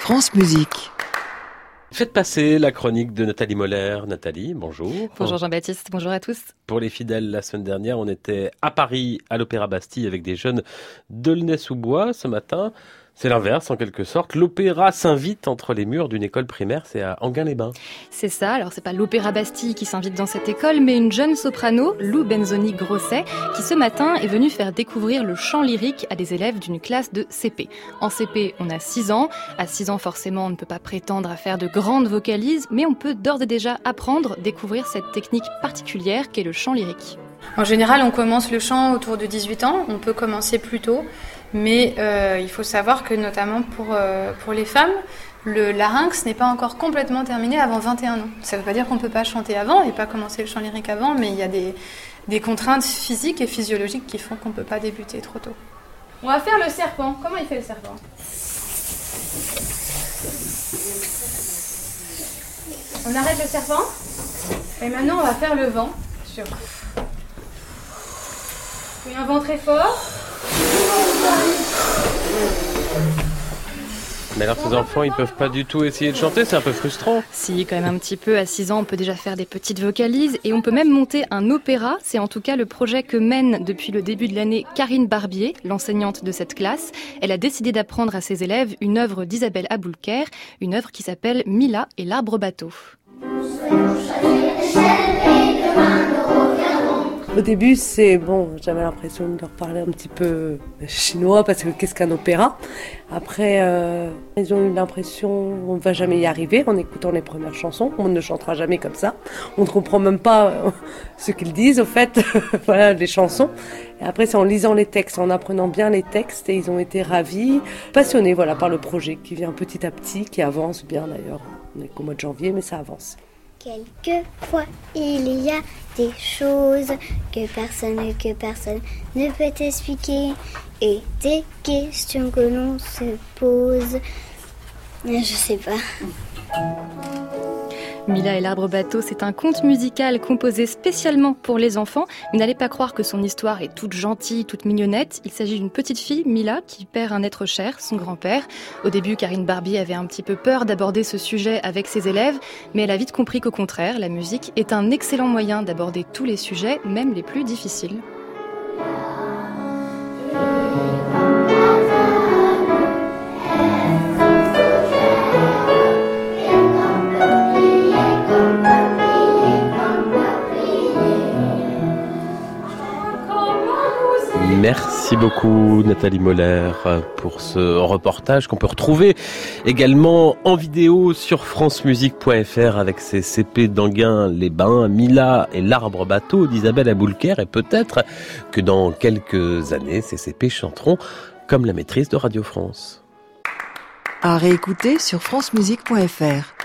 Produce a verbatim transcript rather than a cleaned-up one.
France Musique. Faites passer la chronique de Nathalie Moller. Nathalie, bonjour. Bonjour Jean-Baptiste, bonjour à tous. Pour les fidèles, la semaine dernière, on était à Paris, à l'Opéra Bastille, avec des jeunes d'Aulnay-sous-Bois. Ce matin, c'est l'inverse en quelque sorte. L'opéra s'invite entre les murs d'une école primaire, c'est à Enghien-les-Bains. C'est ça, alors c'est pas l'Opéra Bastille qui s'invite dans cette école, mais une jeune soprano, Lou Benzoni-Grosset, qui ce matin est venue faire découvrir le chant lyrique à des élèves d'une classe de C P. En C P, on a six ans. À six ans, forcément, on ne peut pas prétendre à faire de grandes vocalises, mais on peut d'ores et déjà apprendre, découvrir cette technique particulière qu'est le chant lyrique. En général, on commence le chant autour de dix-huit ans, on peut commencer plus tôt, mais euh, il faut savoir que notamment pour, euh, pour les femmes, le larynx n'est pas encore complètement terminé avant vingt et un ans. Ça ne veut pas dire qu'on ne peut pas chanter avant et pas commencer le chant lyrique avant, mais il y a des, des contraintes physiques et physiologiques qui font qu'on ne peut pas débuter trop tôt. On va faire le serpent. Comment il fait le serpent ? On arrête le serpent et maintenant on va faire le vent. Sur... Puis un vent très fort. Mais alors ces enfants, ils peuvent pas du tout essayer de chanter, c'est un peu frustrant. Si, quand même un petit peu. À six ans, on peut déjà faire des petites vocalises et on peut même monter un opéra. C'est en tout cas le projet que mène depuis le début de l'année Karine Barbier, l'enseignante de cette classe. Elle a décidé d'apprendre à ses élèves une œuvre d'Isabelle Aboulker, une œuvre qui s'appelle Mila et l'arbre bateau. Au début, c'est bon, j'avais l'impression de leur parler un petit peu chinois parce que qu'est-ce qu'un opéra ? Après, euh, ils ont eu l'impression qu'on ne va jamais y arriver en écoutant les premières chansons. On ne chantera jamais comme ça. On ne comprend même pas ce qu'ils disent, au fait, voilà, les chansons. Et après, c'est en lisant les textes, en apprenant bien les textes, et ils ont été ravis, passionnés, voilà, par le projet qui vient petit à petit, qui avance bien d'ailleurs. On n'est qu'au mois de janvier, mais ça avance. Quelquefois, il y a des choses que personne, que personne ne peut expliquer et des questions que l'on se pose. Je sais pas. Mila et l'arbre bateau, c'est un conte musical composé spécialement pour les enfants. Mais n'allez pas croire que son histoire est toute gentille, toute mignonnette. Il s'agit d'une petite fille, Mila, qui perd un être cher, son grand-père. Au début, Karine Barbier avait un petit peu peur d'aborder ce sujet avec ses élèves, mais elle a vite compris qu'au contraire, la musique est un excellent moyen d'aborder tous les sujets, même les plus difficiles. Merci beaucoup Nathalie Moller pour ce reportage qu'on peut retrouver également en vidéo sur francemusique point f r avec ses C P d'Enghien-les-Bains, Mila et l'arbre bateau d'Isabelle Aboulker, et peut-être que dans quelques années ces C P chanteront comme la maîtrise de Radio France. À réécouter sur francemusique point f r.